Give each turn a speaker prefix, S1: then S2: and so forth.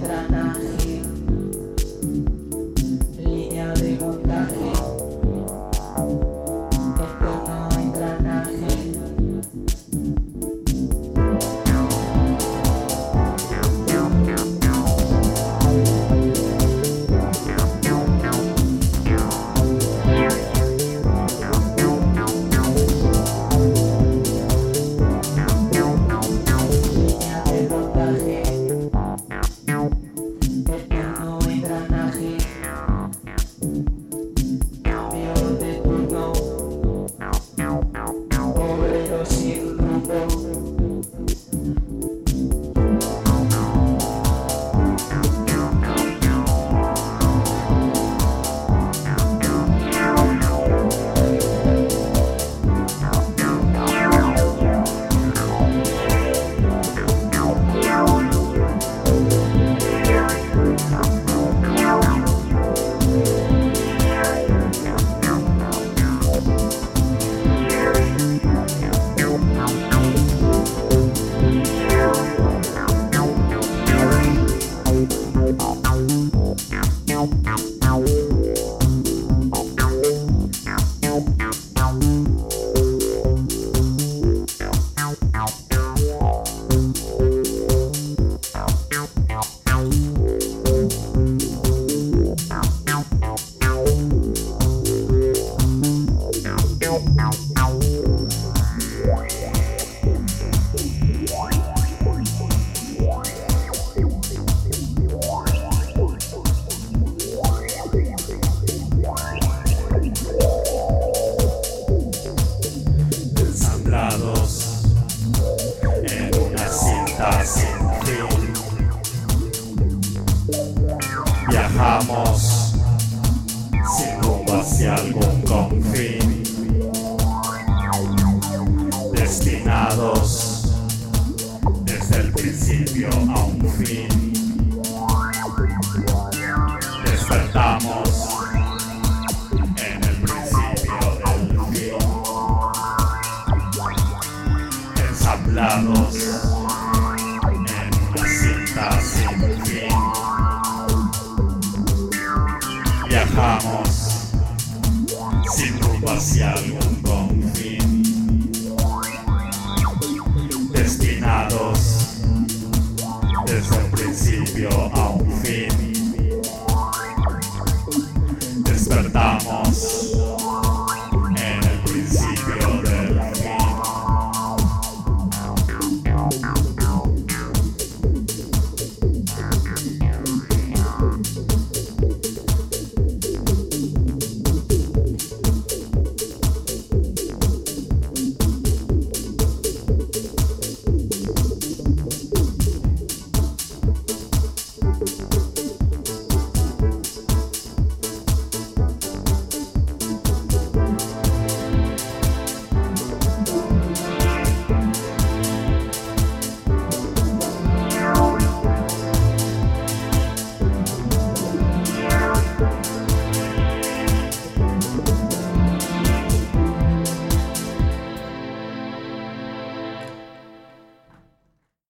S1: engranaje, línea de montaje, eterno engranaje.
S2: En una cinta sin fin, viajamos sin rumbo hacia algún confín, destinados desde el principio a un fin. Despertamos en el principio del fin, ensamblados en una cinta sin fin. Viajamos sin rumbo hacia algún confín, destinados desde el principio a un fin. Despertamos en el principio del fin.